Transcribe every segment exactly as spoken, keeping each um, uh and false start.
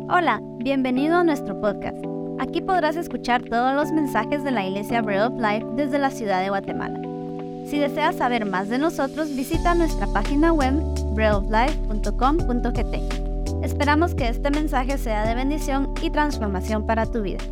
Hola, bienvenido a nuestro podcast. Aquí podrás escuchar todos los mensajes de la Iglesia Bread of Life desde la ciudad de Guatemala. Si deseas saber más de nosotros, visita nuestra página web bread of life punto com punto g t. Esperamos que este mensaje sea de bendición y transformación para tu vida.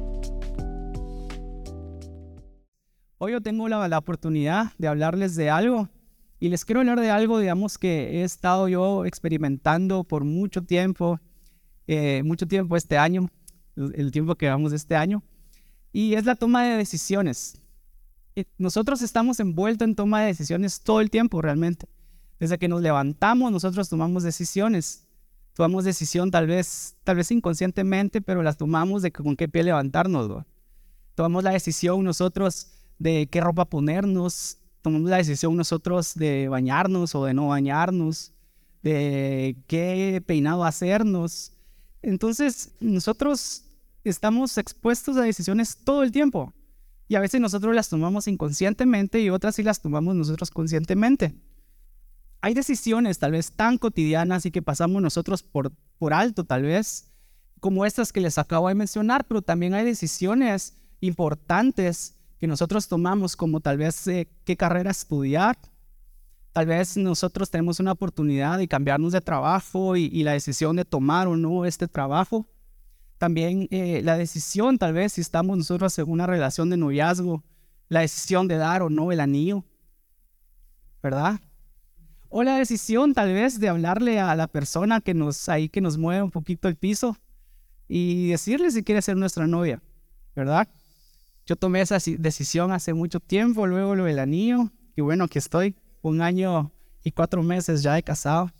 Hoy yo tengo la, la oportunidad de hablarles de algo y les quiero hablar de algo, digamos, que he estado yo experimentando por mucho tiempo, eh, mucho tiempo este año, el, el tiempo que vamos este año, y es la toma de decisiones. Nosotros estamos envueltos en toma de decisiones todo el tiempo realmente. Desde que nos levantamos, nosotros tomamos decisiones. Tomamos decisión tal vez, tal vez inconscientemente, pero las tomamos de con qué pie levantarnos, ¿no? Tomamos la decisión nosotros de qué ropa ponernos, tomamos la decisión nosotros de bañarnos o de no bañarnos, de qué peinado hacernos. Entonces, nosotros estamos expuestos a decisiones todo el tiempo. Y a veces nosotros las tomamos inconscientemente y otras sí las tomamos nosotros conscientemente. Hay decisiones tal vez tan cotidianas y que pasamos nosotros por, por alto tal vez, como estas que les acabo de mencionar, pero también hay decisiones importantes que nosotros tomamos, como tal vez eh, qué carrera estudiar. Tal vez nosotros tenemos una oportunidad de cambiarnos de trabajo y, y la decisión de tomar o no este trabajo. También eh, la decisión, tal vez, si estamos nosotros en una relación de noviazgo, la decisión de dar o no el anillo, ¿verdad? O la decisión, tal vez, de hablarle a la persona que nos, ahí, que nos mueve un poquito el piso y decirle si quiere ser nuestra novia, ¿verdad? Yo tomé esa decisión hace mucho tiempo, luego lo del anillo, y bueno, aquí estoy, un año y cuatro meses ya de casado.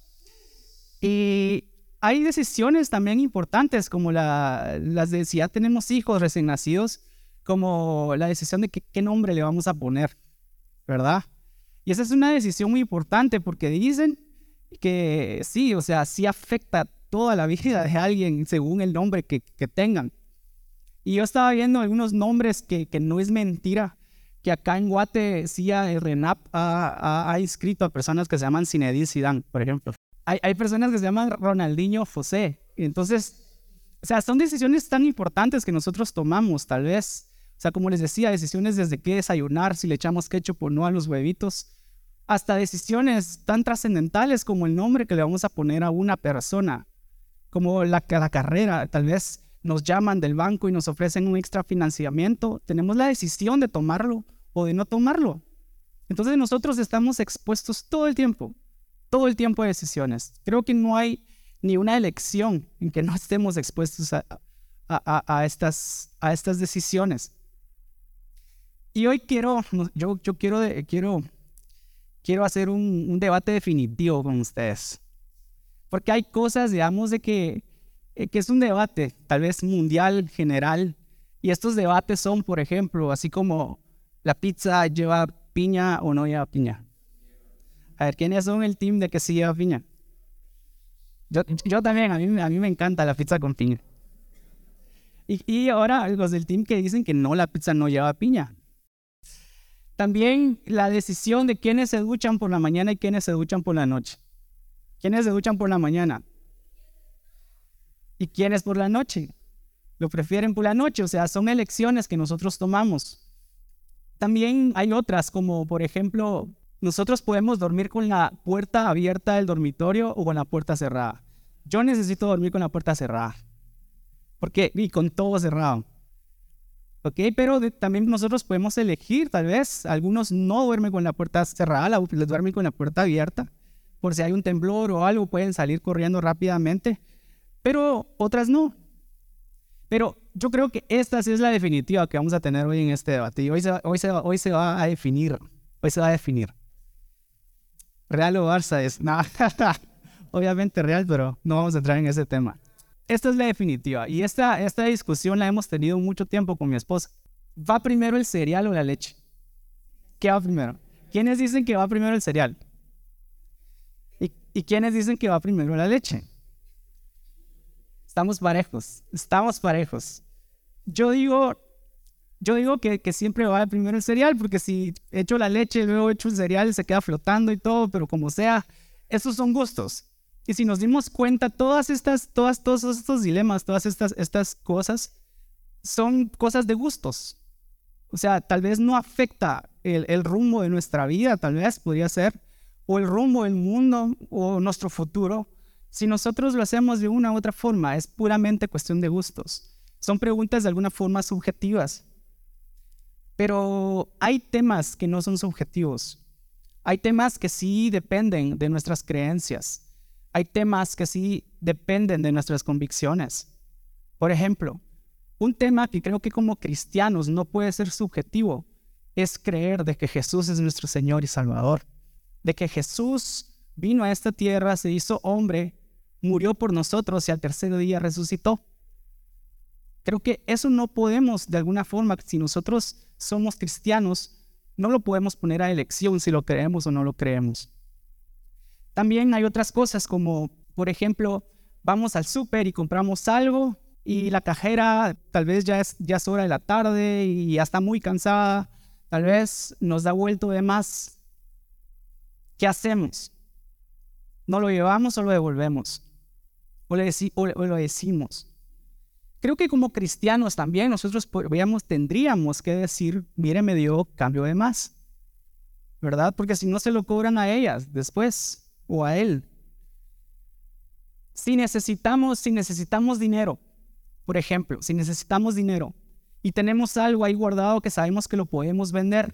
Y hay decisiones también importantes, como la, las de si ya tenemos hijos recién nacidos, como la decisión de que, qué nombre le vamos a poner, ¿verdad? Y esa es una decisión muy importante porque dicen que sí, o sea, sí afecta toda la vida de alguien según el nombre que, que tengan. Y yo estaba viendo algunos nombres que, que no es mentira, que acá en Guate sí el RENAP ha, ha, ha inscrito a personas que se llaman Zinedine Zidane, por ejemplo. Hay, hay personas que se llaman Ronaldinho José. Entonces, o sea, son decisiones tan importantes que nosotros tomamos, tal vez. O sea, como les decía, decisiones desde qué desayunar, si le echamos ketchup o no a los huevitos, hasta decisiones tan trascendentales como el nombre que le vamos a poner a una persona, como la, la carrera. Tal vez nos llaman del banco y nos ofrecen un extra financiamiento. Tenemos la decisión de tomarlo o de no tomarlo. Entonces nosotros estamos expuestos todo el tiempo. Todo el tiempo a decisiones. Creo que no hay ni una elección en que no estemos expuestos a, a, a, a, estas, a estas decisiones. Y hoy quiero, yo, yo quiero, quiero, quiero hacer un, un debate definitivo con ustedes. Porque hay cosas, digamos, de que, que es un debate, tal vez mundial, general. Y estos debates son, por ejemplo, así como la pizza lleva piña o no lleva piña. A ver, ¿quiénes son el team de que sí lleva piña? Yo, yo también, a mí, a mí me encanta la pizza con piña. Y, y ahora los del team que dicen que no, la pizza no lleva piña. También la decisión de quiénes se duchan por la mañana y quiénes se duchan por la noche. ¿Quiénes se duchan por la mañana? ¿Y quiénes por la noche? Lo prefieren por la noche, o sea, son elecciones que nosotros tomamos. También hay otras, como por ejemplo, nosotros podemos dormir con la puerta abierta del dormitorio o con la puerta cerrada. Yo necesito dormir con la puerta cerrada. ¿Por qué? Y con todo cerrado. ¿Ok? Pero de, también nosotros podemos elegir, tal vez. Algunos no duermen con la puerta cerrada, la, les duermen con la puerta abierta. Por si hay un temblor o algo, pueden salir corriendo rápidamente. Pero otras no. Pero yo creo que esta sí es la definitiva que vamos a tener hoy en este debate. Y hoy se, hoy se, hoy se va a definir. Hoy se va a definir. Real o Barça es, no, obviamente Real, pero no vamos a entrar en ese tema. Esta es la definitiva y esta, esta discusión la hemos tenido mucho tiempo con mi esposa. ¿Va primero el cereal o la leche? ¿Qué va primero? ¿Quiénes dicen que va primero el cereal? ¿Y, y quiénes dicen que va primero la leche? Estamos parejos, estamos parejos. Yo digo... Yo digo que, que siempre va primero el cereal, porque si echo la leche, luego echo el cereal, se queda flotando y todo, pero como sea, esos son gustos. Y si nos dimos cuenta, todas estas, todas, todos estos dilemas, todas estas, estas cosas son cosas de gustos. O sea, tal vez no afecta el, el rumbo de nuestra vida, tal vez podría ser, o el rumbo del mundo o nuestro futuro. Si nosotros lo hacemos de una u otra forma, es puramente cuestión de gustos. Son preguntas de alguna forma subjetivas. Pero hay temas que no son subjetivos. Hay temas que sí dependen de nuestras creencias. Hay temas que sí dependen de nuestras convicciones. Por ejemplo, un tema que creo que como cristianos no puede ser subjetivo es creer de que Jesús es nuestro Señor y Salvador. De que Jesús vino a esta tierra, se hizo hombre, murió por nosotros y al tercer día resucitó. Creo que eso no podemos, de alguna forma, si nosotros somos cristianos, no lo podemos poner a elección si lo creemos o no lo creemos. También hay otras cosas como, por ejemplo, vamos al súper y compramos algo y la cajera tal vez ya es, ya es hora de la tarde y ya está muy cansada, tal vez nos da vuelto de más. ¿Qué hacemos? ¿No lo llevamos o lo devolvemos? ¿O, le deci- o, o lo decimos? Creo que como cristianos también nosotros podríamos, tendríamos que decir, mire, me dio cambio de más, ¿verdad? Porque si no se lo cobran a ellas después o a él. Si necesitamos, si necesitamos dinero, por ejemplo, si necesitamos dinero y tenemos algo ahí guardado que sabemos que lo podemos vender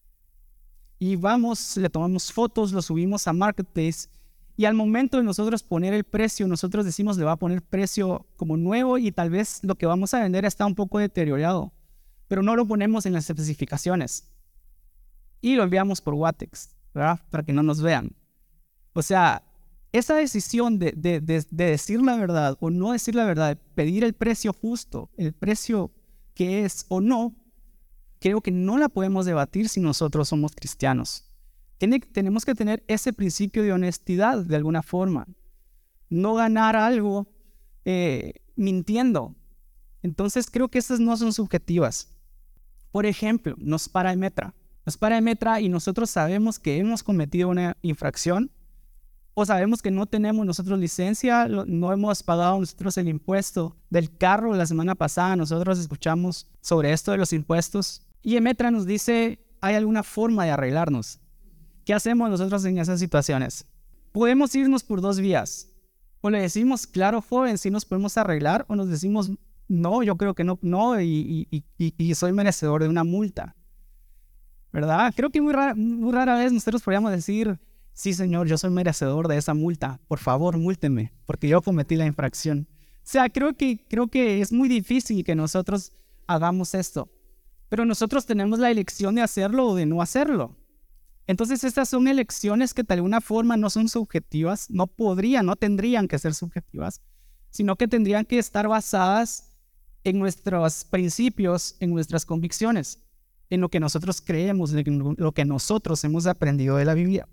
y vamos, le tomamos fotos, lo subimos a Marketplace y al momento de nosotros poner el precio, nosotros decimos le va a poner precio como nuevo y tal vez lo que vamos a vender está un poco deteriorado, pero no lo ponemos en las especificaciones y lo enviamos por Watex, ¿verdad? Para que no nos vean. O sea, esa decisión de, de, de, de decir la verdad o no decir la verdad, de pedir el precio justo, el precio que es o no, creo que no la podemos debatir si nosotros somos cristianos. Tiene, tenemos que tener ese principio de honestidad de alguna forma. No ganar algo eh, mintiendo. Entonces creo que esas no son subjetivas. Por ejemplo, nos para el Metra. Nos para el Metra y nosotros sabemos que hemos cometido una infracción o sabemos que no tenemos nosotros licencia, no hemos pagado nosotros el impuesto del carro. La semana pasada nosotros escuchamos sobre esto de los impuestos y el Metra nos dice, ¿hay alguna forma de arreglarnos? ¿Qué hacemos nosotros en esas situaciones? Podemos irnos por dos vías. O le decimos, claro, joven, si nos podemos arreglar, o nos decimos, no, yo creo que no, no y, y, y, y soy merecedor de una multa. ¿Verdad? Creo que muy rara, muy rara vez nosotros podríamos decir, sí, señor, yo soy merecedor de esa multa. Por favor, múlteme, porque yo cometí la infracción. O sea, creo que, creo que es muy difícil que nosotros hagamos esto. Pero nosotros tenemos la elección de hacerlo o de no hacerlo. Entonces, estas son elecciones que de alguna forma no son subjetivas, no podrían, no tendrían que ser subjetivas, sino que tendrían que estar basadas en nuestros principios, en nuestras convicciones, en lo que nosotros creemos, en lo que nosotros hemos aprendido de la Biblia.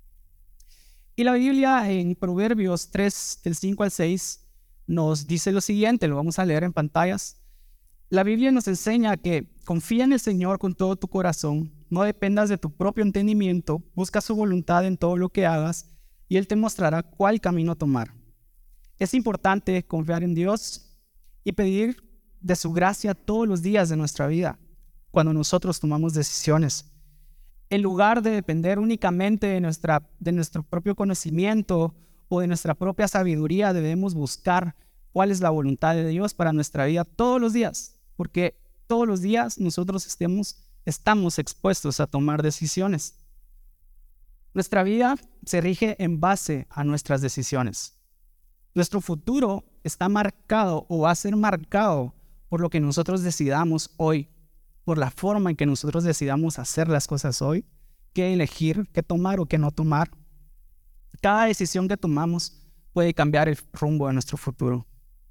Y la Biblia en Proverbios tres, del cinco al seis, nos dice lo siguiente, lo vamos a leer en pantallas. La Biblia nos enseña que confía en el Señor con todo tu corazón, no dependas de tu propio entendimiento, busca su voluntad en todo lo que hagas y Él te mostrará cuál camino tomar. Es importante confiar en Dios y pedir de su gracia todos los días de nuestra vida, cuando nosotros tomamos decisiones. En lugar de depender únicamente de, nuestra, de nuestro propio conocimiento o de nuestra propia sabiduría, debemos buscar cuál es la voluntad de Dios para nuestra vida todos los días, porque todos los días nosotros estemos, estamos expuestos a tomar decisiones. Nuestra vida se rige en base a nuestras decisiones. Nuestro futuro está marcado o va a ser marcado por lo que nosotros decidamos hoy, por la forma en que nosotros decidamos hacer las cosas hoy, qué elegir, qué tomar o qué no tomar. Cada decisión que tomamos puede cambiar el rumbo de nuestro futuro.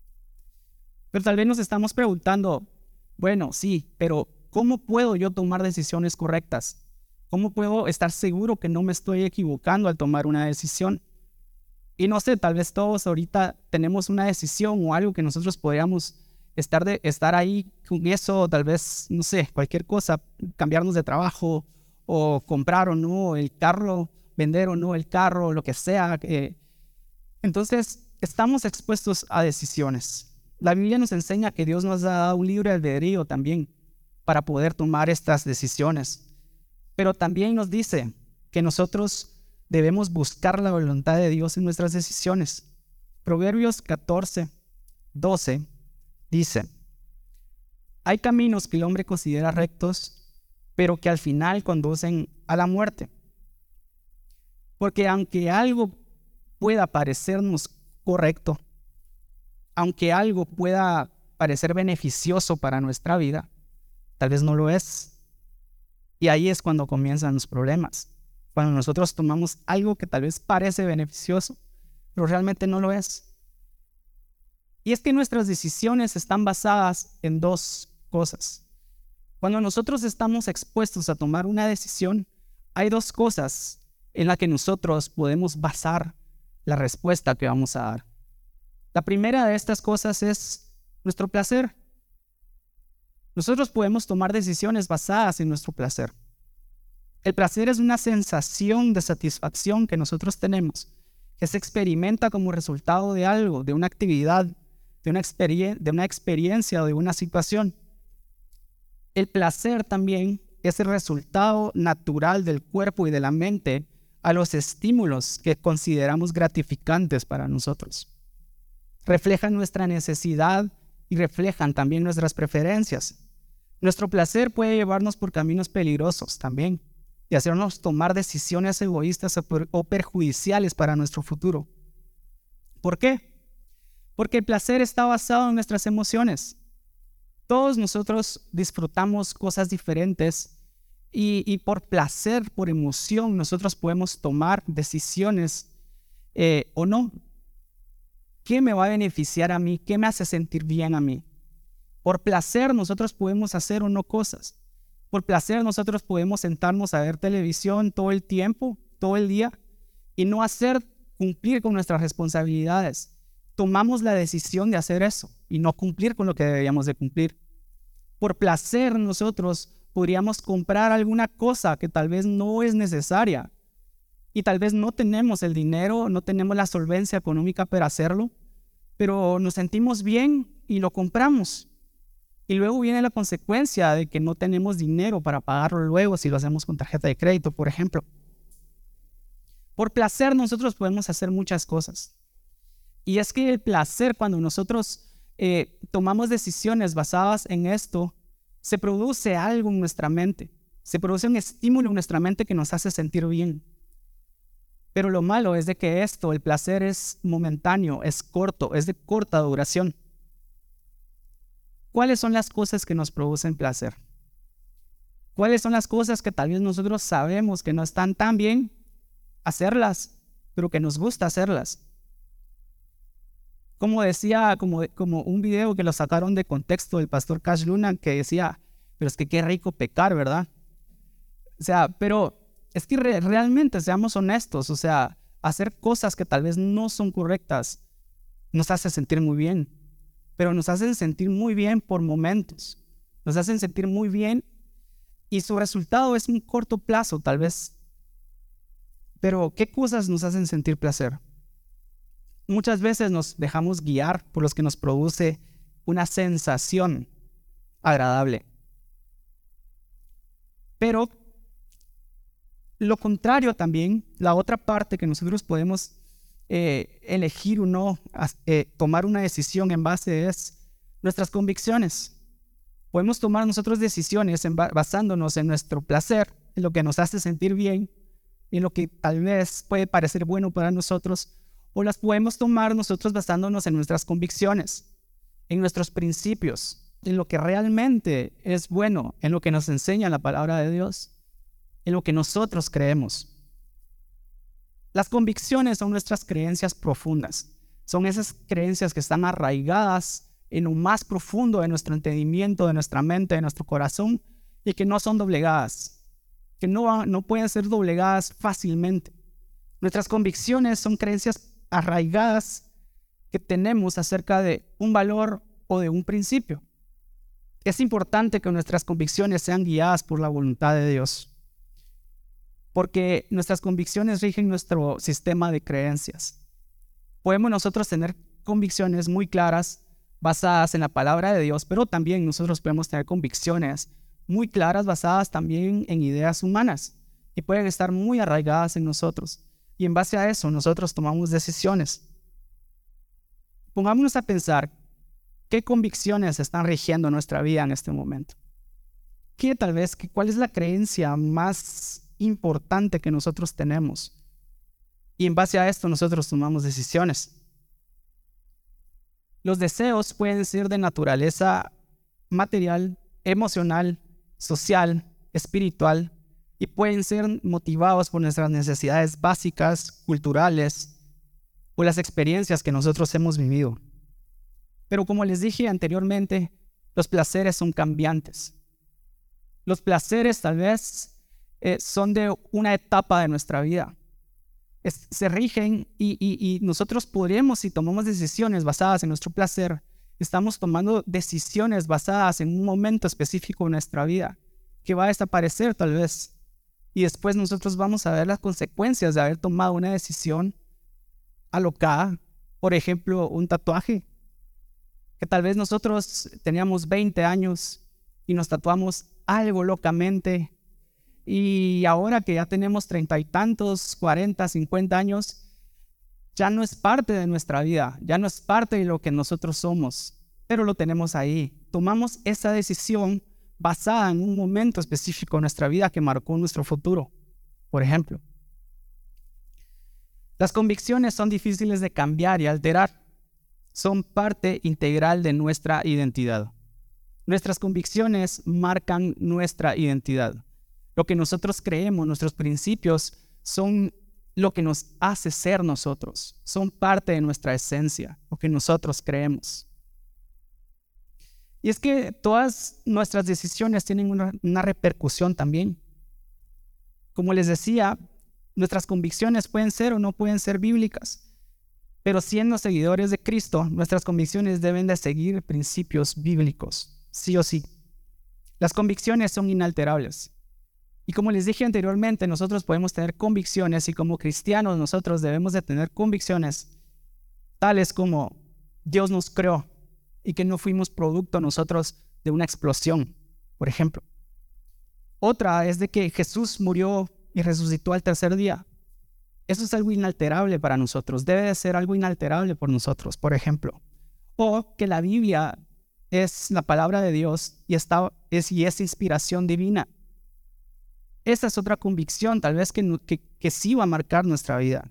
Pero tal vez nos estamos preguntando, bueno, sí, pero ¿cómo puedo yo tomar decisiones correctas? ¿Cómo puedo estar seguro que no me estoy equivocando al tomar una decisión? Y no sé, tal vez todos ahorita tenemos una decisión o algo que nosotros podríamos estar, de, estar ahí con eso, tal vez, no sé, cualquier cosa, cambiarnos de trabajo o comprar o no el carro, vender o no el carro, lo que sea. Eh, Entonces, estamos expuestos a decisiones. La Biblia nos enseña que Dios nos ha dado un libre albedrío también para poder tomar estas decisiones. Pero también nos dice que nosotros debemos buscar la voluntad de Dios en nuestras decisiones. Proverbios catorce, doce dice: hay caminos que el hombre considera rectos, pero que al final conducen a la muerte. Porque aunque algo pueda parecernos correcto, aunque algo pueda parecer beneficioso para nuestra vida, tal vez no lo es. Y ahí es cuando comienzan los problemas. Cuando nosotros tomamos algo que tal vez parece beneficioso, pero realmente no lo es. Y es que nuestras decisiones están basadas en dos cosas. Cuando nosotros estamos expuestos a tomar una decisión, hay dos cosas en las que nosotros podemos basar la respuesta que vamos a dar. La primera de estas cosas es nuestro placer. Nosotros podemos tomar decisiones basadas en nuestro placer. El placer es una sensación de satisfacción que nosotros tenemos, que se experimenta como resultado de algo, de una actividad, de una, experien- de una experiencia o de una situación. El placer también es el resultado natural del cuerpo y de la mente a los estímulos que consideramos gratificantes para nosotros. Reflejan nuestra necesidad y reflejan también nuestras preferencias. Nuestro placer puede llevarnos por caminos peligrosos también y hacernos tomar decisiones egoístas o, per- o perjudiciales para nuestro futuro. ¿Por qué? Porque el placer está basado en nuestras emociones. Todos nosotros disfrutamos cosas diferentes y, y por placer, por emoción, nosotros podemos tomar decisiones eh, o no. ¿Qué me va a beneficiar a mí? ¿Qué me hace sentir bien a mí? Por placer nosotros podemos hacer o no cosas. Por placer nosotros podemos sentarnos a ver televisión todo el tiempo, todo el día, y no hacer cumplir con nuestras responsabilidades. Tomamos la decisión de hacer eso y no cumplir con lo que deberíamos de cumplir. Por placer nosotros podríamos comprar alguna cosa que tal vez no es necesaria y tal vez no tenemos el dinero, no tenemos la solvencia económica para hacerlo, pero nos sentimos bien y lo compramos. Y luego viene la consecuencia de que no tenemos dinero para pagarlo luego si lo hacemos con tarjeta de crédito, por ejemplo. Por placer nosotros podemos hacer muchas cosas. Y es que el placer, cuando nosotros eh, tomamos decisiones basadas en esto, se produce algo en nuestra mente. Se produce un estímulo en nuestra mente que nos hace sentir bien. Pero lo malo es de que esto, el placer, es momentáneo, es corto, es de corta duración. ¿Cuáles son las cosas que nos producen placer? ¿Cuáles son las cosas que tal vez nosotros sabemos que no están tan bien hacerlas, pero que nos gusta hacerlas? Como decía, como, como un video que lo sacaron de contexto del pastor Cash Luna, que decía, pero es que qué rico pecar, ¿verdad? O sea, pero es que re- realmente seamos honestos, o sea, hacer cosas que tal vez no son correctas nos hace sentir muy bien, pero nos hacen sentir muy bien por momentos, nos hacen sentir muy bien y su resultado es un corto plazo tal vez. Pero ¿qué cosas nos hacen sentir placer? Muchas veces nos dejamos guiar por los que nos produce una sensación agradable. Pero lo contrario también, la otra parte que nosotros podemos eh, elegir o no, eh, tomar una decisión en base es nuestras convicciones. Podemos tomar nosotros decisiones en, basándonos en nuestro placer, en lo que nos hace sentir bien, en lo que tal vez puede parecer bueno para nosotros, o las podemos tomar nosotros basándonos en nuestras convicciones, en nuestros principios, en lo que realmente es bueno, en lo que nos enseña la palabra de Dios, en lo que nosotros creemos. Las convicciones son nuestras creencias profundas, son esas creencias que están arraigadas en lo más profundo de nuestro entendimiento, de nuestra mente, de nuestro corazón, y que no son doblegadas, que no, no pueden ser doblegadas fácilmente. Nuestras convicciones son creencias arraigadas que tenemos acerca de un valor o de un principio. Es importante que nuestras convicciones sean guiadas por la voluntad de Dios, porque nuestras convicciones rigen nuestro sistema de creencias. podemos nosotros tener convicciones muy claras basadas en la palabra de Dios, pero también nosotros podemos tener convicciones muy claras basadas también en ideas humanas y pueden estar muy arraigadas en nosotros. Y en base a eso nosotros tomamos decisiones. Pongámonos a pensar qué convicciones están rigiendo nuestra vida en este momento. ¿Qué tal vez, cuál es la creencia más importante que nosotros tenemos? Y en base a esto nosotros tomamos decisiones. Los deseos pueden ser de naturaleza material, emocional, social, espiritual, y pueden ser motivados por nuestras necesidades básicas, culturales, o las experiencias que nosotros hemos vivido. Pero como les dije anteriormente, los placeres son cambiantes. Los placeres tal vez eh, son de una etapa de nuestra vida. Es, se rigen y, y, y nosotros podremos, si tomamos decisiones basadas en nuestro placer, estamos tomando decisiones basadas en un momento específico de nuestra vida que va a desaparecer tal vez. Y después nosotros vamos a ver las consecuencias de haber tomado una decisión alocada. Por ejemplo, un tatuaje. Que tal vez nosotros teníamos veinte años y nos tatuamos algo locamente. Y ahora que ya tenemos treinta y tantos, cuarenta, cincuenta años, ya no es parte de nuestra vida, ya no es parte de lo que nosotros somos, pero lo tenemos ahí. Tomamos esa decisión basada en un momento específico de nuestra vida que marcó nuestro futuro, por ejemplo. Las convicciones son difíciles de cambiar y alterar. Son parte integral de nuestra identidad. Nuestras convicciones marcan nuestra identidad. Lo que nosotros creemos, nuestros principios, son lo que nos hace ser nosotros. Son parte de nuestra esencia, lo que nosotros creemos. Y es que todas nuestras decisiones tienen una, una repercusión también. Como les decía, nuestras convicciones pueden ser o no pueden ser bíblicas, pero siendo seguidores de Cristo, nuestras convicciones deben de seguir principios bíblicos, sí o sí. Las convicciones son inalterables. Y como les dije anteriormente, nosotros podemos tener convicciones y como cristianos nosotros debemos de tener convicciones tales como Dios nos creó y que no fuimos producto nosotros de una explosión, por ejemplo. Otra es de que Jesús murió y resucitó al tercer día. Eso es algo inalterable para nosotros, debe de ser algo inalterable por nosotros, por ejemplo. O que la Biblia es la palabra de Dios y, está, es, y es inspiración divina. Esa es otra convicción, tal vez que, que, que sí va a marcar nuestra vida.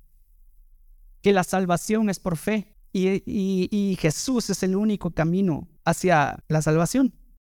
Que la salvación es por fe y, y, y Jesús es el único camino hacia la salvación.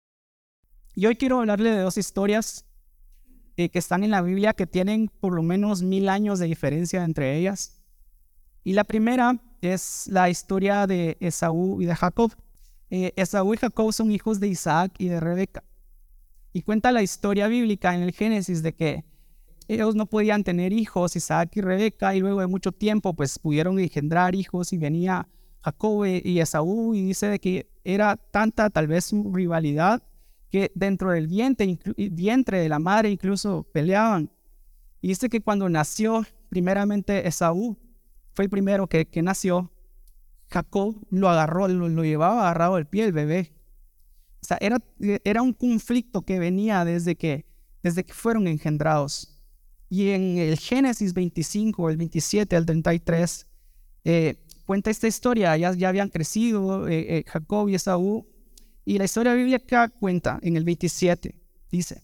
Y hoy quiero hablarle de dos historias eh, que están en la Biblia que tienen por lo menos mil años de diferencia entre ellas. Y la primera es la historia de Esaú y de Jacob. Eh, Esaú y Jacob son hijos de Isaac y de Rebeca. Y cuenta la historia bíblica en el Génesis de que ellos no podían tener hijos, Isaac y Rebeca, y luego de mucho tiempo pues pudieron engendrar hijos y venía Jacob y Esaú y dice de que era tanta tal vez su rivalidad que dentro del vientre, vientre de la madre incluso peleaban. Y dice que cuando nació primeramente Esaú, fue el primero que, que nació, Jacob lo agarró, lo, lo llevaba agarrado del pie el bebé. O sea, era, era un conflicto que venía desde que, desde que fueron engendrados. Y en el Génesis veinticinco, el veintisiete al treinta y tres, eh, cuenta esta historia. Ya, ya habían crecido eh, eh, Jacob y Esaú. Y la historia bíblica cuenta en el veintisiete, dice: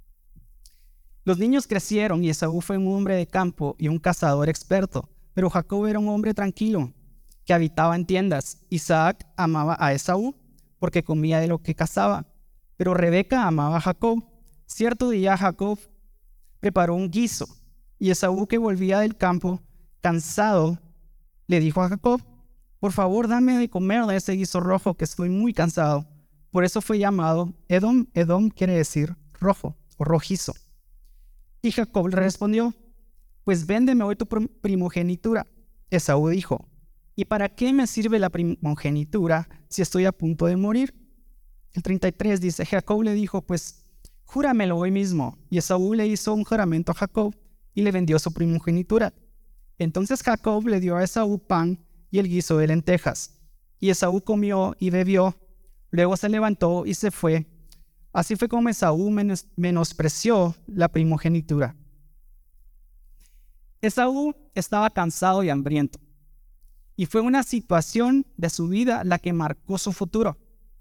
los niños crecieron y Esaú fue un hombre de campo y un cazador experto, pero Jacob era un hombre tranquilo que habitaba en tiendas. Isaac amaba a Esaú porque comía de lo que cazaba, pero Rebeca amaba a Jacob. Cierto día Jacob preparó un guiso y Esaú, que volvía del campo cansado, le dijo a Jacob: por favor, dame de comer de ese guiso rojo, que estoy muy cansado. Por eso fue llamado Edom. Edom quiere decir rojo o rojizo. Y Jacob le respondió: pues véndeme hoy tu primogenitura. Esaú dijo: ¿y para qué me sirve la primogenitura si estoy a punto de morir? El treinta y tres dice: Jacob le dijo: pues júramelo hoy mismo. Y Esaú le hizo un juramento a Jacob y le vendió su primogenitura. Entonces Jacob le dio a Esaú pan y el guiso de lentejas. Y Esaú comió y bebió, luego se levantó y se fue. Así fue como Esaú menos, menospreció la primogenitura. Esaú estaba cansado y hambriento, y fue una situación de su vida la que marcó su futuro.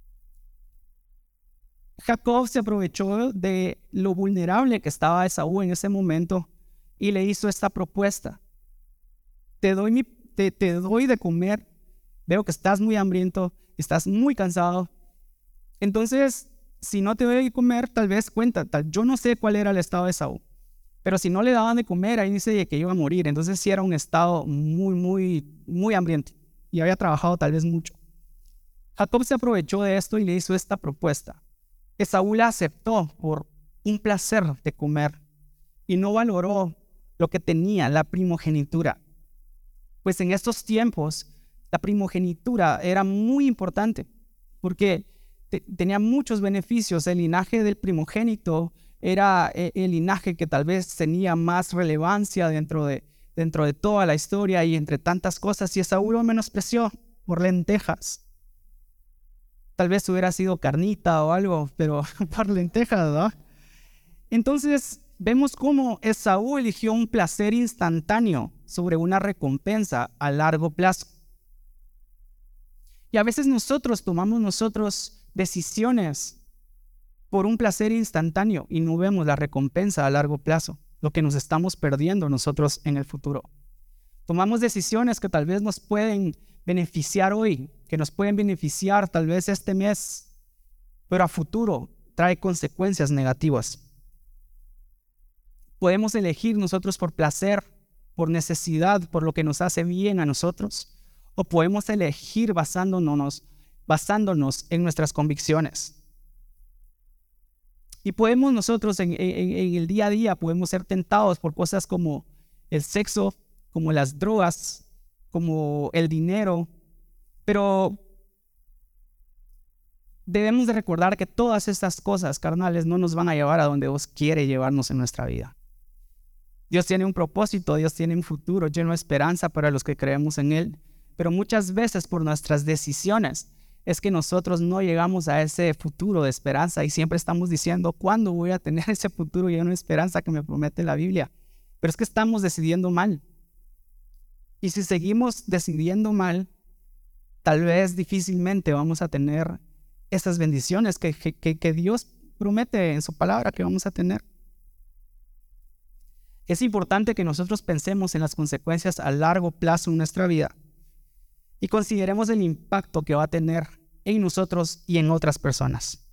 Jacob se aprovechó de lo vulnerable que estaba Esaú en ese momento y le hizo esta propuesta. Te doy, mi, te, te doy de comer, veo que estás muy hambriento, estás muy cansado. Entonces, si no te doy de comer, tal vez cuenta, tal, yo no sé cuál era el estado de Esaú, pero si no le daban de comer, ahí dice que iba a morir. Entonces sí era un estado muy, muy, muy hambriento y había trabajado tal vez mucho. Jacob se aprovechó de esto y le hizo esta propuesta. Esaú la aceptó por un placer de comer y no valoró lo que tenía, la primogenitura. Pues en estos tiempos la primogenitura era muy importante porque te, tenía muchos beneficios. El linaje del primogénito era el linaje que tal vez tenía más relevancia dentro de, dentro de toda la historia y entre tantas cosas, y Esaú lo menospreció por lentejas. Tal vez hubiera sido carnita o algo, pero por lentejas, ¿verdad? Entonces vemos cómo Esaú eligió un placer instantáneo sobre una recompensa a largo plazo. Y a veces nosotros tomamos nosotros decisiones por un placer instantáneo y no vemos la recompensa a largo plazo, lo que nos estamos perdiendo nosotros en el futuro. Tomamos decisiones que tal vez nos pueden beneficiar hoy, que nos pueden beneficiar tal vez este mes, pero a futuro trae consecuencias negativas. Podemos elegir nosotros por placer, por necesidad, por lo que nos hace bien a nosotros, o podemos elegir basándonos, basándonos en nuestras convicciones. Y podemos nosotros en, en, en el día a día, podemos ser tentados por cosas como el sexo, como las drogas, como el dinero, pero debemos de recordar que todas estas cosas carnales no nos van a llevar a donde Dios quiere llevarnos en nuestra vida. Dios tiene un propósito, Dios tiene un futuro lleno de esperanza para los que creemos en Él, pero muchas veces por nuestras decisiones es que nosotros no llegamos a ese futuro de esperanza y siempre estamos diciendo, ¿cuándo voy a tener ese futuro lleno de esperanza que me promete la Biblia? Pero es que estamos decidiendo mal. Y si seguimos decidiendo mal, tal vez difícilmente vamos a tener esas bendiciones que, que, que Dios promete en su palabra que vamos a tener. Es importante que nosotros pensemos en las consecuencias a largo plazo en nuestra vida y consideremos el impacto que va a tener en nosotros y en otras personas.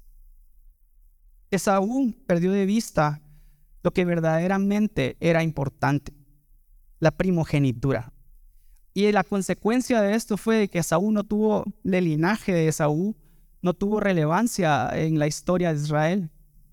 Esaú perdió de vista lo que verdaderamente era importante, la primogenitura. Y la consecuencia de esto fue que Esaú no tuvo, el linaje de Esaú no tuvo relevancia en la historia de Israel.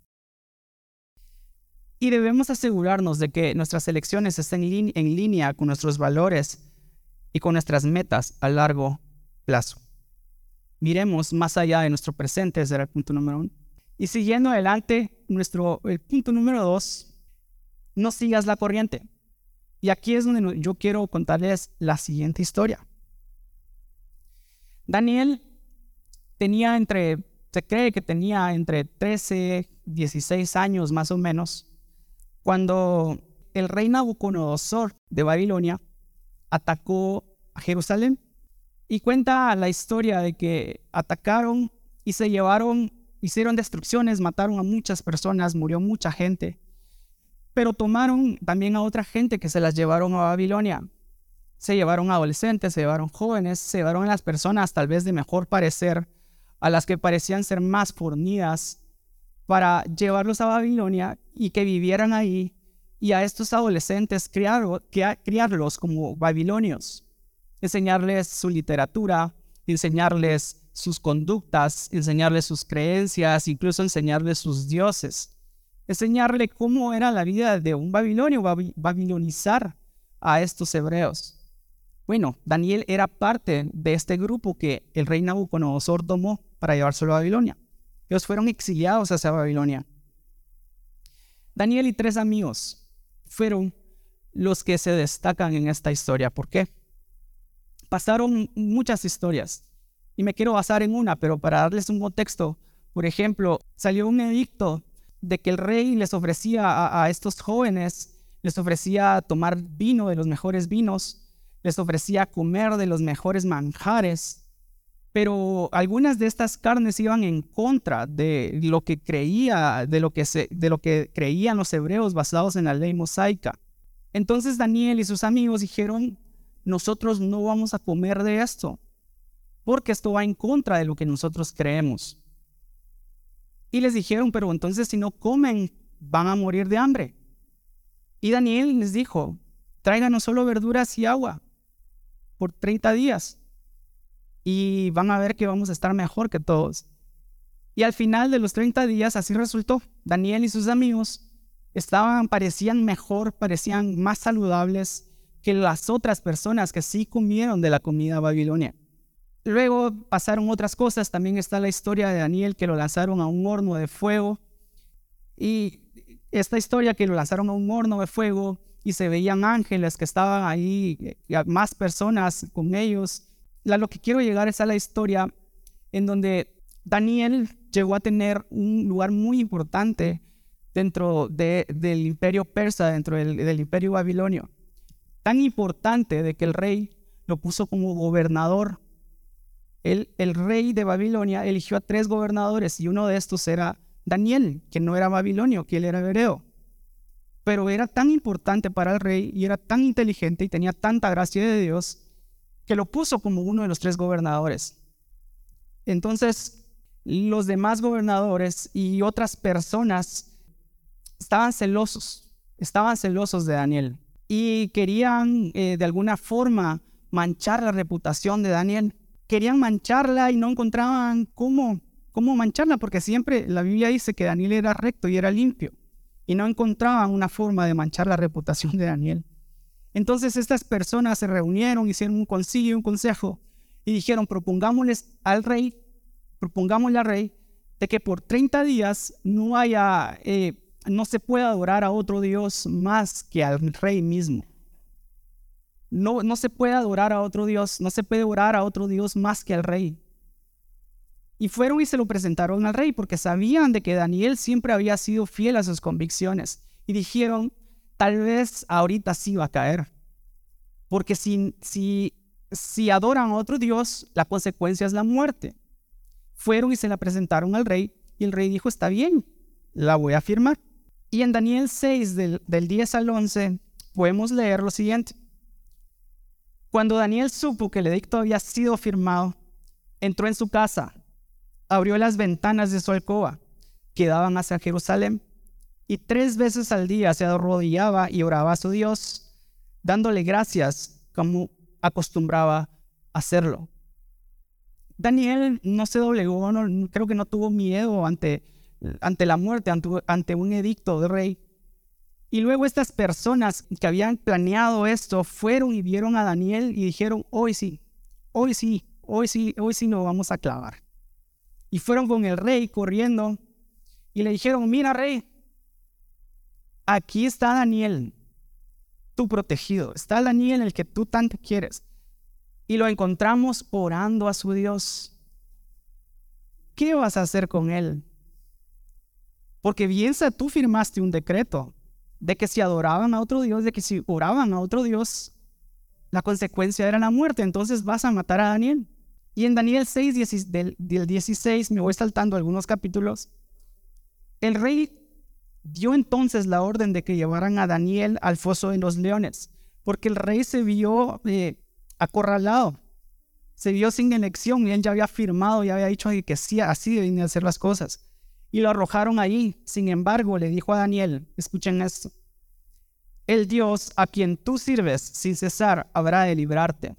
Y debemos asegurarnos de que nuestras elecciones estén en línea con nuestros valores y con nuestras metas a largo plazo. Miremos más allá de nuestro presente, ese era el punto número uno. Y siguiendo adelante, nuestro, el punto número dos, no sigas la corriente. Y aquí es donde yo quiero contarles la siguiente historia. Daniel tenía entre, se cree que tenía entre trece, dieciséis años más o menos, cuando el rey Nabucodonosor de Babilonia atacó a Jerusalén. Y cuenta la historia de que atacaron y se llevaron, hicieron destrucciones, mataron a muchas personas, murió mucha gente. Pero tomaron también a otra gente que se las llevaron a Babilonia. Se llevaron a adolescentes, se llevaron jóvenes, se llevaron a las personas tal vez de mejor parecer, a las que parecían ser más fornidas, para llevarlos a Babilonia y que vivieran ahí, y a estos adolescentes criar, criarlos como babilonios, enseñarles su literatura, enseñarles sus conductas, enseñarles sus creencias, incluso enseñarles sus dioses. Enseñarle cómo era la vida de un babilonio, babi- babilonizar a estos hebreos. Bueno, Daniel era parte de este grupo que el rey Nabucodonosor tomó para llevárselo a Babilonia. Ellos fueron exiliados hacia Babilonia. Daniel y tres amigos fueron los que se destacan en esta historia. ¿Por qué? pasaron muchas historias y me quiero basar en una, pero para darles un contexto, por ejemplo, salió un edicto de que el rey les ofrecía a, a estos jóvenes, les ofrecía tomar vino de los mejores vinos, les ofrecía comer de los mejores manjares, pero algunas de estas carnes iban en contra de lo que creía, de lo que, se, de lo que creían los hebreos basados en la ley mosaica. Entonces Daniel y sus amigos dijeron, nosotros no vamos a comer de esto, porque esto va en contra de lo que nosotros creemos. Y les dijeron, pero entonces si no comen, van a morir de hambre. Y Daniel les dijo, tráiganos solo verduras y agua por treinta días. Y van a ver que vamos a estar mejor que todos. Y al final de los treinta días así resultó. Daniel y sus amigos estaban, parecían mejor, parecían más saludables que las otras personas que sí comieron de la comida babilonia. Luego pasaron otras cosas. También está la historia de Daniel, que lo lanzaron a un horno de fuego. Y esta historia que lo lanzaron a un horno de fuego y se veían ángeles que estaban ahí, y más personas con ellos. A lo que quiero llegar es a la historia en donde Daniel llegó a tener un lugar muy importante dentro de, del imperio persa, dentro del, del imperio babilonio. Tan importante de que el rey lo puso como gobernador. El, el rey de Babilonia eligió a tres gobernadores y uno de estos era Daniel, que no era babilonio, que él era hebreo. Pero era tan importante para el rey y era tan inteligente y tenía tanta gracia de Dios que lo puso como uno de los tres gobernadores. Entonces, los demás gobernadores y otras personas estaban celosos, estaban celosos de Daniel y querían eh, de alguna forma manchar la reputación de Daniel. Querían mancharla y no encontraban cómo, cómo mancharla, porque siempre la Biblia dice que Daniel era recto y era limpio, y no encontraban una forma de manchar la reputación de Daniel. Entonces estas personas se reunieron, hicieron un concilio, un consejo, y dijeron, propongámosles al rey, propongámosle al rey, de que por treinta días no haya, eh, no se pueda adorar a otro Dios más que al rey mismo. No, no se puede adorar a otro Dios, no se puede orar a otro Dios más que al rey. Y fueron y se lo presentaron al rey porque sabían de que Daniel siempre había sido fiel a sus convicciones. Y dijeron, tal vez ahorita sí va a caer. Porque si, si, si adoran a otro Dios, la consecuencia es la muerte. Fueron y se la presentaron al rey y el rey dijo, está bien, la voy a firmar. Y en Daniel seis, del, del diez al once, podemos leer lo siguiente. Cuando Daniel supo que el edicto había sido firmado, entró en su casa, abrió las ventanas de su alcoba que daban hacia Jerusalén y tres veces al día se arrodillaba y oraba a su Dios, dándole gracias como acostumbraba hacerlo. Daniel no se doblegó, no, creo que no tuvo miedo ante, ante la muerte, ante, ante un edicto de rey. Y luego estas personas que habían planeado esto fueron y vieron a Daniel y dijeron, hoy sí, hoy sí, hoy sí, hoy sí nos vamos a clavar. Y fueron con el rey corriendo y le dijeron, mira rey, aquí está Daniel, tu protegido, está Daniel el que tú tanto quieres. Y lo encontramos orando a su Dios. ¿Qué vas a hacer con él? Porque bien tú firmaste un decreto de que si adoraban a otro Dios, de que si oraban a otro Dios, la consecuencia era la muerte. Entonces vas a matar a Daniel. Y en Daniel seis, diez, del, del dieciséis, me voy saltando algunos capítulos, el rey dio entonces la orden de que llevaran a Daniel al foso de los leones, porque el rey se vio eh, acorralado, se vio sin elección, y él ya había firmado, ya había dicho que sí, así debían hacer las cosas. Y lo arrojaron allí. Sin embargo, le dijo a Daniel, escuchen esto, el Dios a quien tú sirves sin cesar habrá de librarte.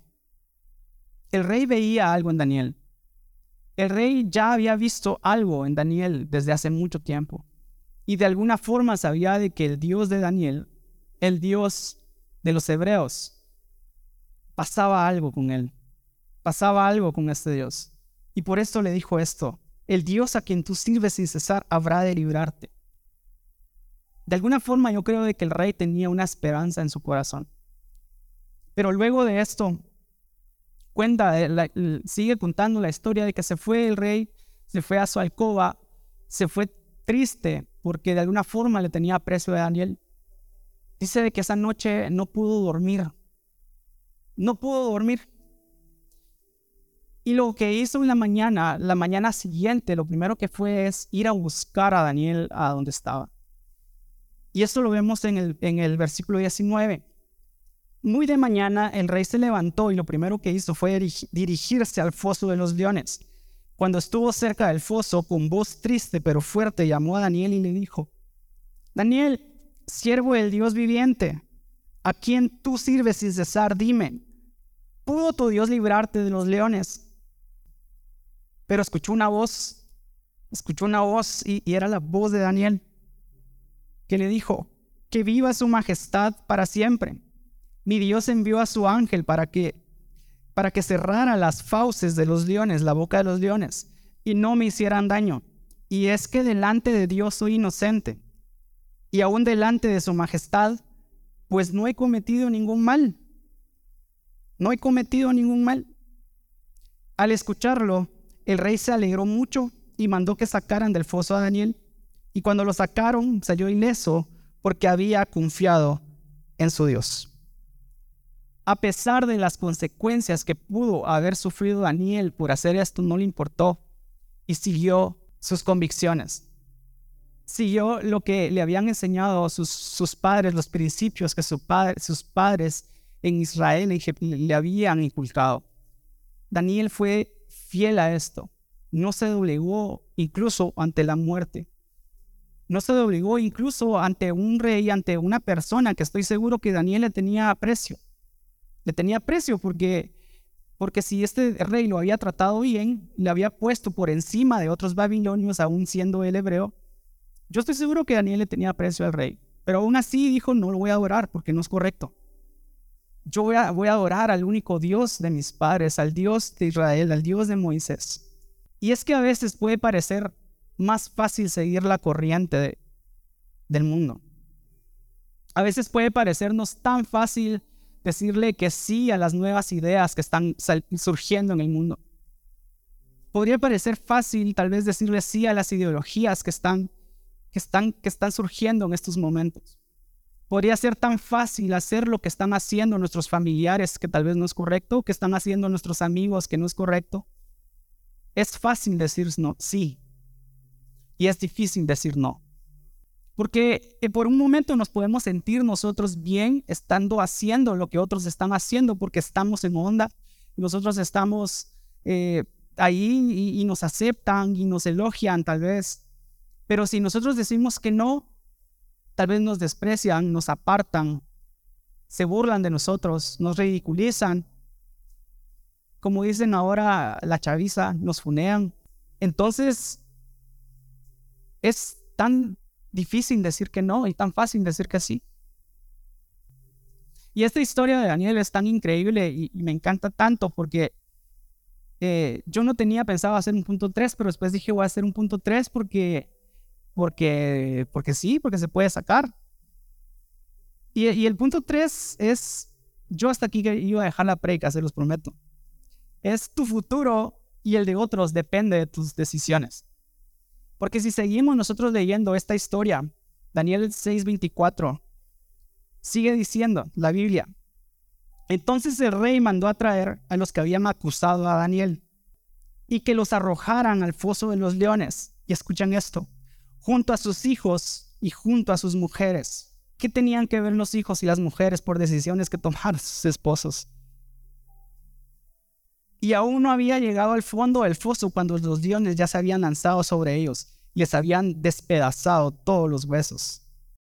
El rey veía algo en Daniel. El rey ya había visto algo en Daniel desde hace mucho tiempo. Y de alguna forma sabía de que el Dios de Daniel, el Dios de los hebreos, pasaba algo con él. Pasaba algo con este Dios. Y por esto le dijo esto. El Dios a quien tú sirves sin cesar habrá de librarte. De alguna forma yo creo de que el rey tenía una esperanza en su corazón. Pero luego de esto, cuenta, la, sigue contando la historia de que se fue el rey, se fue a su alcoba, se fue triste porque de alguna forma le tenía aprecio a Daniel. Dice de que esa noche no pudo dormir, no pudo dormir. Y lo que hizo en la mañana, la mañana siguiente, lo primero que fue es ir a buscar a Daniel a donde estaba. Y esto lo vemos en el, en el versículo diecinueve. Muy de mañana el rey se levantó y lo primero que hizo fue dirigirse al foso de los leones. Cuando estuvo cerca del foso, con voz triste pero fuerte, llamó a Daniel y le dijo: Daniel, siervo del Dios viviente, a quien tú sirves sin cesar, dime, ¿pudo tu Dios librarte de los leones? Pero escuchó una voz, escuchó una voz y, y era la voz de Daniel, que le dijo: que viva su majestad para siempre. Mi Dios envió a su ángel para que, para que cerrara las fauces de los leones, la boca de los leones, y no me hicieran daño. Y es que delante de Dios soy inocente, y aún delante de su majestad, pues no he cometido ningún mal. No he cometido ningún mal. Al escucharlo, el rey se alegró mucho y mandó que sacaran del foso a Daniel. Y cuando lo sacaron, salió ileso porque había confiado en su Dios. A pesar de las consecuencias que pudo haber sufrido Daniel por hacer esto, no le importó y siguió sus convicciones. Siguió lo que le habían enseñado sus, sus padres, los principios que su padre, sus padres en Israel le, le habían inculcado. Daniel fue fiel a esto. No se doblegó incluso ante la muerte. No se doblegó incluso ante un rey, ante una persona que estoy seguro que Daniel le tenía aprecio. Le tenía aprecio porque, porque si este rey lo había tratado bien, le había puesto por encima de otros babilonios, aún siendo él hebreo, yo estoy seguro que Daniel le tenía aprecio al rey. Pero aún así dijo: no lo voy a adorar porque no es correcto. Yo voy a, voy a adorar al único Dios de mis padres, al Dios de Israel, al Dios de Moisés. Y es que a veces puede parecer más fácil seguir la corriente de, del mundo. A veces puede parecernos tan fácil decirle que sí a las nuevas ideas que están surgiendo en el mundo. Podría parecer fácil tal vez decirle sí a las ideologías que están, que están, que están surgiendo en estos momentos. Podría ser tan fácil hacer lo que están haciendo nuestros familiares, que tal vez no es correcto, que están haciendo nuestros amigos, que no es correcto. Es fácil decir no, sí, y es difícil decir no. Porque eh, por un momento nos podemos sentir nosotros bien estando haciendo lo que otros están haciendo porque estamos en onda, nosotros estamos eh, ahí y, y nos aceptan y nos elogian tal vez. Pero si nosotros decimos que no, tal vez nos desprecian, nos apartan, se burlan de nosotros, nos ridiculizan. Como dicen ahora la chaviza, nos funean. Entonces, es tan difícil decir que no y tan fácil decir que sí. Y esta historia de Daniel es tan increíble y, y me encanta tanto porque eh, yo no tenía pensado hacer un punto tres, pero después dije voy a hacer un punto tres porque, porque, porque sí, porque se puede sacar. Y, y el punto tres es, yo hasta aquí iba a dejar la predica, se los prometo. Es tu futuro y el de otros depende de tus decisiones. Porque si seguimos nosotros leyendo esta historia, Daniel seis veinticuatro, sigue diciendo la Biblia: entonces el rey mandó a traer a los que habían acusado a Daniel y que los arrojaran al foso de los leones. Y escuchan esto: junto a sus hijos y junto a sus mujeres. ¿Qué tenían que ver los hijos y las mujeres por decisiones que tomaron sus esposos? Y aún no había llegado al fondo del foso cuando los leones ya se habían lanzado sobre ellos y les habían despedazado todos los huesos.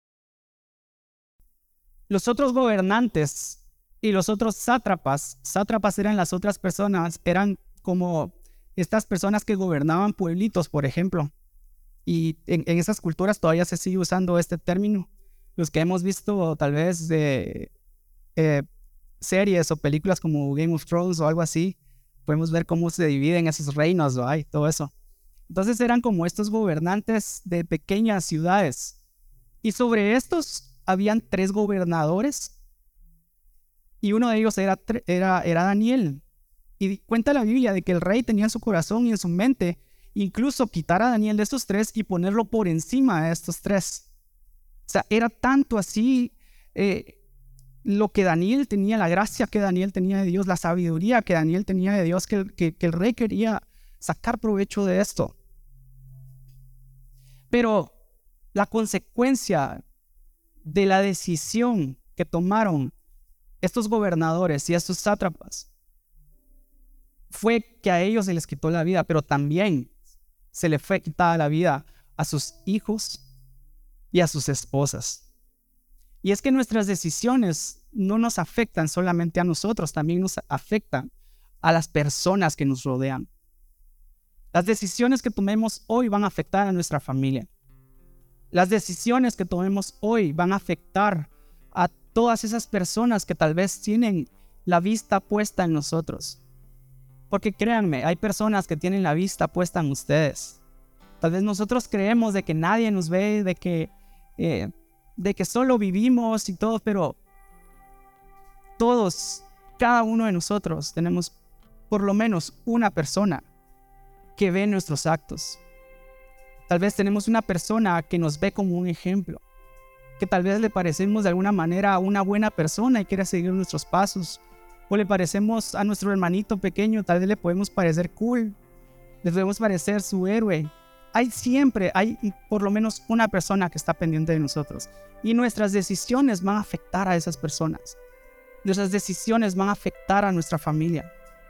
Los otros gobernantes y los otros sátrapas, sátrapas eran las otras personas, eran como estas personas que gobernaban pueblitos, por ejemplo. Y en, en esas culturas todavía se sigue usando este término. Los que hemos visto tal vez de eh, series o películas como Game of Thrones o algo así, podemos ver cómo se dividen esos reinos, ¿no? Y todo eso. Entonces eran como estos gobernantes de pequeñas ciudades. Y sobre estos habían tres gobernadores. Y uno de ellos era, era, era Daniel. Y cuenta la Biblia de que el rey tenía en su corazón y en su mente incluso quitar a Daniel de estos tres y ponerlo por encima de estos tres. O sea, era tanto así eh, lo que Daniel tenía, la gracia que Daniel tenía de Dios, la sabiduría que Daniel tenía de Dios, que, que, que el rey quería sacar provecho de esto. Pero la consecuencia de la decisión que tomaron estos gobernadores y estos sátrapas fue que a ellos se les quitó la vida, pero también se le fue quitada la vida a sus hijos y a sus esposas. Y es que nuestras decisiones no nos afectan solamente a nosotros, también nos afectan a las personas que nos rodean. Las decisiones que tomemos hoy van a afectar a nuestra familia. Las decisiones que tomemos hoy van a afectar a todas esas personas que tal vez tienen la vista puesta en nosotros. Porque créanme, hay personas que tienen la vista puesta en ustedes. Tal vez nosotros creemos de que nadie nos ve, de que, eh, de que solo vivimos y todo, pero todos, cada uno de nosotros tenemos por lo menos una persona que ve nuestros actos. Tal vez tenemos una persona que nos ve como un ejemplo, que tal vez le parecemos de alguna manera una buena persona y quiere seguir nuestros pasos. O le parecemos a nuestro hermanito pequeño, tal vez le podemos parecer cool, le podemos parecer su héroe. Hay siempre, hay por lo menos una persona que está pendiente de nosotros. Y nuestras decisiones van a afectar a esas personas. Nuestras decisiones van a afectar a nuestra familia.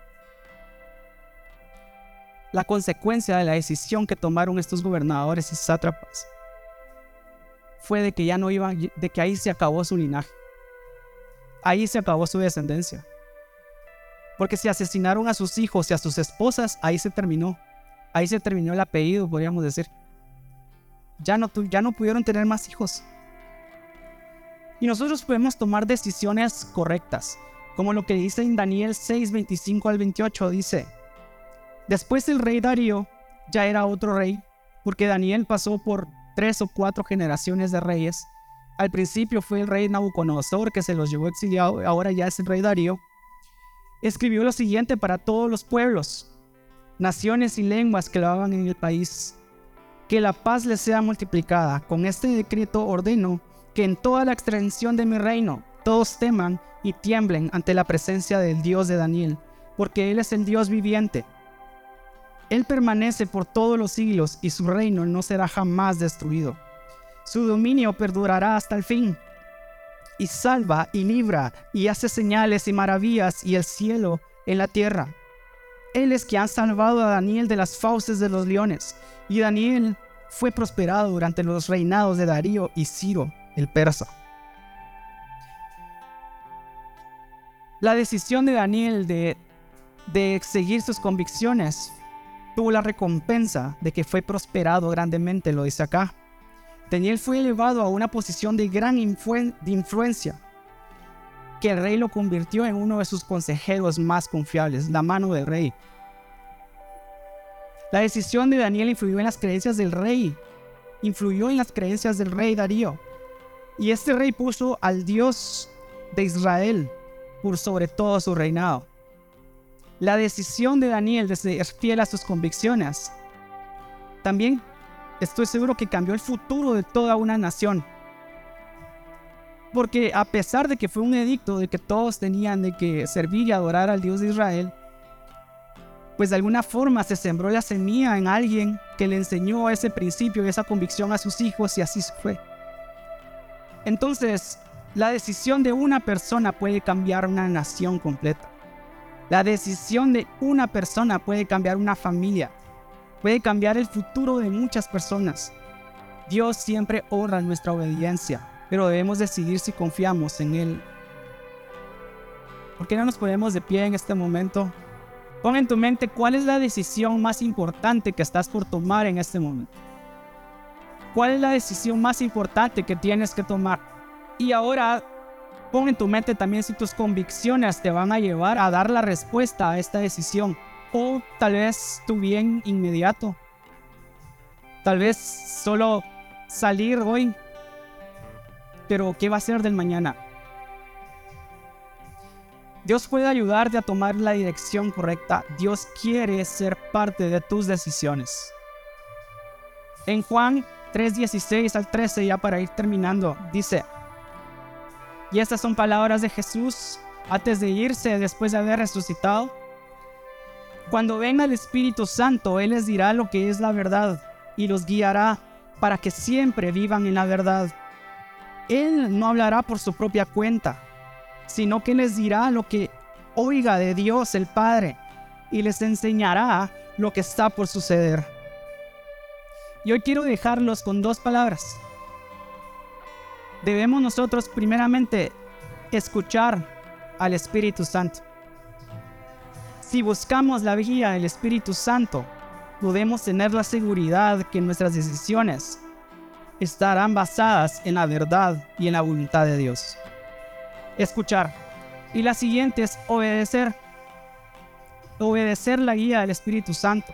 La consecuencia de la decisión que tomaron estos gobernadores y sátrapas fue de que ya no iban, de que ahí se acabó su linaje. Ahí se acabó su descendencia. Porque si asesinaron a sus hijos y a sus esposas, ahí se terminó. Ahí se terminó el apellido, podríamos decir. Ya no, ya no pudieron tener más hijos. Y nosotros podemos tomar decisiones correctas, como lo que dice en Daniel seis, veinticinco al veintiocho, dice: después el rey Darío ya era otro rey, porque Daniel pasó por tres o cuatro generaciones de reyes. Al principio fue el rey Nabucodonosor, que se los llevó exiliado, ahora ya es el rey Darío. Escribió lo siguiente para todos los pueblos, naciones y lenguas que lo hagan en el país: que la paz les sea multiplicada. Con este decreto ordeno que en toda la extensión de mi reino todos teman y tiemblen ante la presencia del Dios de Daniel, porque Él es el Dios viviente. Él permanece por todos los siglos y su reino no será jamás destruido. Su dominio perdurará hasta el fin. Y salva y libra y hace señales y maravillas y el cielo en la tierra. Él es quien ha salvado a Daniel de las fauces de los leones. Y Daniel fue prosperado durante los reinados de Darío y Ciro, el persa. La decisión de Daniel de, de seguir sus convicciones tuvo la recompensa de que fue prosperado grandemente, lo dice acá. Daniel fue elevado a una posición de gran influ- de influencia, que el rey lo convirtió en uno de sus consejeros más confiables, la mano del rey. La decisión de Daniel influyó en las creencias del rey, influyó en las creencias del rey Darío. Y este rey puso al Dios de Israel por sobre todo su reinado. La decisión de Daniel de ser fiel a sus convicciones también estoy seguro que cambió el futuro de toda una nación. Porque a pesar de que fue un edicto de que todos tenían de que servir y adorar al Dios de Israel, pues de alguna forma se sembró la semilla en alguien que le enseñó ese principio y esa convicción a sus hijos, y así fue. Entonces, la decisión de una persona puede cambiar una nación completa. La decisión de una persona puede cambiar una familia. Puede cambiar el futuro de muchas personas. Dios siempre honra nuestra obediencia, pero debemos decidir si confiamos en Él. ¿Por qué no nos ponemos de pie en este momento? Pon en tu mente cuál es la decisión más importante que estás por tomar en este momento. ¿Cuál es la decisión más importante que tienes que tomar? Y ahora pon en tu mente también si tus convicciones te van a llevar a dar la respuesta a esta decisión. O tal vez tu bien inmediato. Tal vez solo salir hoy. Pero ¿qué va a ser del mañana? Dios puede ayudarte a tomar la dirección correcta. Dios quiere ser parte de tus decisiones. En Juan tres, dieciséis al trece, ya para ir terminando, dice: y estas son palabras de Jesús antes de irse, después de haber resucitado. Cuando venga el Espíritu Santo, Él les dirá lo que es la verdad y los guiará para que siempre vivan en la verdad. Él no hablará por su propia cuenta, sino que les dirá lo que oiga de Dios el Padre y les enseñará lo que está por suceder. Y hoy quiero dejarlos con dos palabras. Debemos nosotros primeramente escuchar al Espíritu Santo. Si buscamos la guía del Espíritu Santo, podemos tener la seguridad que nuestras decisiones estarán basadas en la verdad y en la voluntad de Dios. Escuchar. Y la siguiente es obedecer. Obedecer la guía del Espíritu Santo.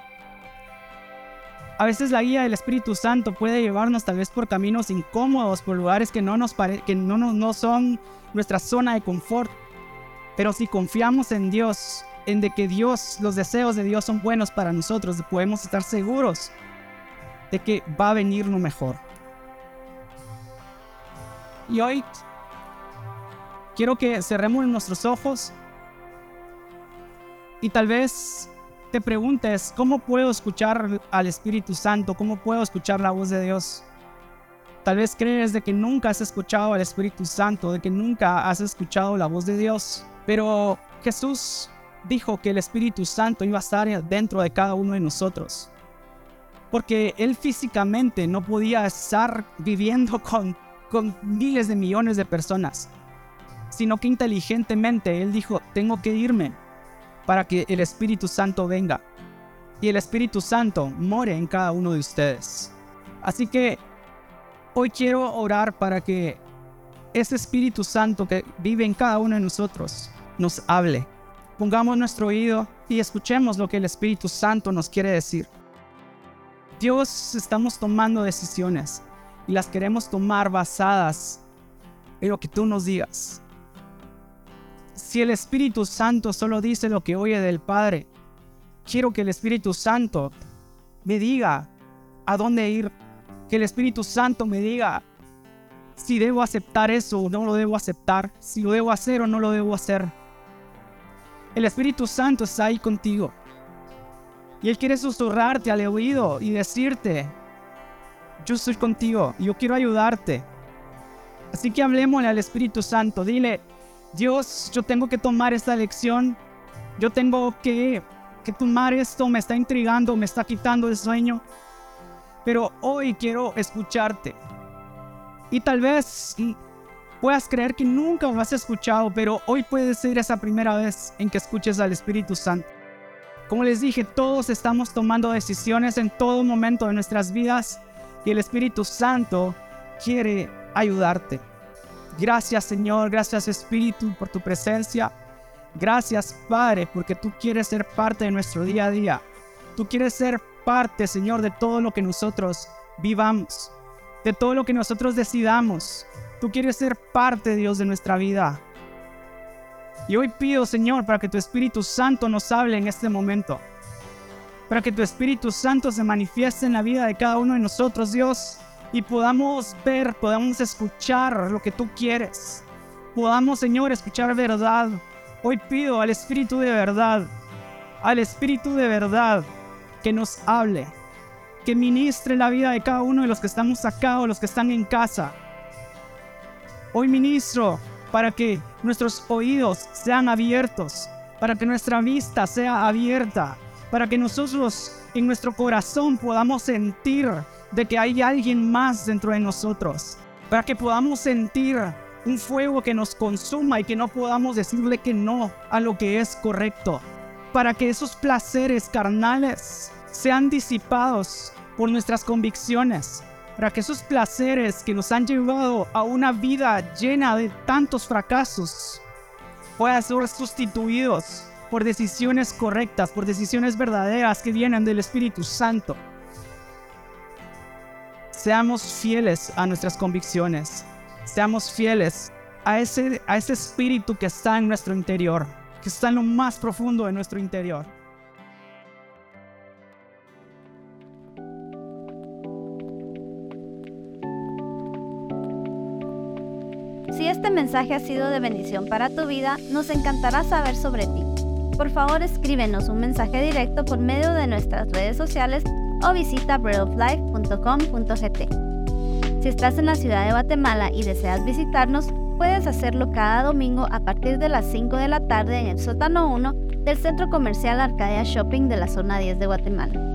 A veces la guía del Espíritu Santo puede llevarnos tal vez por caminos incómodos, por lugares que no, nos pare- que no, no, no son nuestra zona de confort. Pero si confiamos en Dios, en de que Dios, los deseos de Dios son buenos para nosotros, podemos estar seguros de que va a venir lo mejor. Y hoy quiero que cerremos nuestros ojos y tal vez te preguntes: ¿cómo puedo escuchar al Espíritu Santo? ¿Cómo puedo escuchar la voz de Dios? Tal vez crees de que nunca has escuchado al Espíritu Santo, de que nunca has escuchado la voz de Dios. Pero Jesús dijo que el Espíritu Santo iba a estar dentro de cada uno de nosotros, porque Él físicamente no podía estar viviendo con, con miles de millones de personas, sino que inteligentemente Él dijo: tengo que irme para que el Espíritu Santo venga, y el Espíritu Santo more en cada uno de ustedes. Así que hoy quiero orar para que ese Espíritu Santo que vive en cada uno de nosotros nos hable. Pongamos nuestro oído y escuchemos lo que el Espíritu Santo nos quiere decir. Dios, estamos tomando decisiones y las queremos tomar basadas en lo que tú nos digas. Si el Espíritu Santo solo dice lo que oye del Padre, quiero que el Espíritu Santo me diga a dónde ir. Que el Espíritu Santo me diga si debo aceptar eso o no lo debo aceptar, si lo debo hacer o no lo debo hacer. El Espíritu Santo está ahí contigo y Él quiere susurrarte al oído y decirte: yo estoy contigo, yo quiero ayudarte. Así que hablemosle al Espíritu Santo. Dile: Dios, yo tengo que tomar esta lección, yo tengo que, que tomar esto, me está intrigando, me está quitando el sueño, pero hoy quiero escucharte. Y tal vez puedas creer que nunca lo has escuchado, pero hoy puede ser esa primera vez en que escuches al Espíritu Santo. Como les dije, todos estamos tomando decisiones en todo momento de nuestras vidas y el Espíritu Santo quiere ayudarte. Gracias, Señor, gracias, Espíritu, por tu presencia. Gracias, Padre, porque tú quieres ser parte de nuestro día a día. Tú quieres ser parte, Señor, de todo lo que nosotros vivamos, de todo lo que nosotros decidamos. Tú quieres ser parte, Dios, de nuestra vida. Y hoy pido, Señor, para que tu Espíritu Santo nos hable en este momento, para que tu Espíritu Santo se manifieste en la vida de cada uno de nosotros, Dios, y podamos ver, podamos escuchar lo que tú quieres. Podamos, Señor, escuchar verdad. Hoy pido al Espíritu de verdad, al Espíritu de verdad, que nos hable, que ministre la vida de cada uno de los que estamos acá o los que están en casa. Hoy ministro para que nuestros oídos sean abiertos, para que nuestra vista sea abierta, para que nosotros en nuestro corazón podamos sentir de que hay alguien más dentro de nosotros, para que podamos sentir un fuego que nos consuma y que no podamos decirle que no a lo que es correcto, para que esos placeres carnales sean disipados por nuestras convicciones, para que esos placeres que nos han llevado a una vida llena de tantos fracasos puedan ser sustituidos por decisiones correctas, por decisiones verdaderas que vienen del Espíritu Santo. Seamos fieles a nuestras convicciones, seamos fieles a ese, a ese espíritu que está en nuestro interior, que está en lo más profundo de nuestro interior. Si este mensaje ha sido de bendición para tu vida, nos encantará saber sobre ti. Por favor, escríbenos un mensaje directo por medio de nuestras redes sociales o visita bread of life punto com punto g t. Si estás en la ciudad de Guatemala y deseas visitarnos, puedes hacerlo cada domingo a partir de las cinco de la tarde en el sótano uno del Centro Comercial Arcadia Shopping de la Zona diez de Guatemala.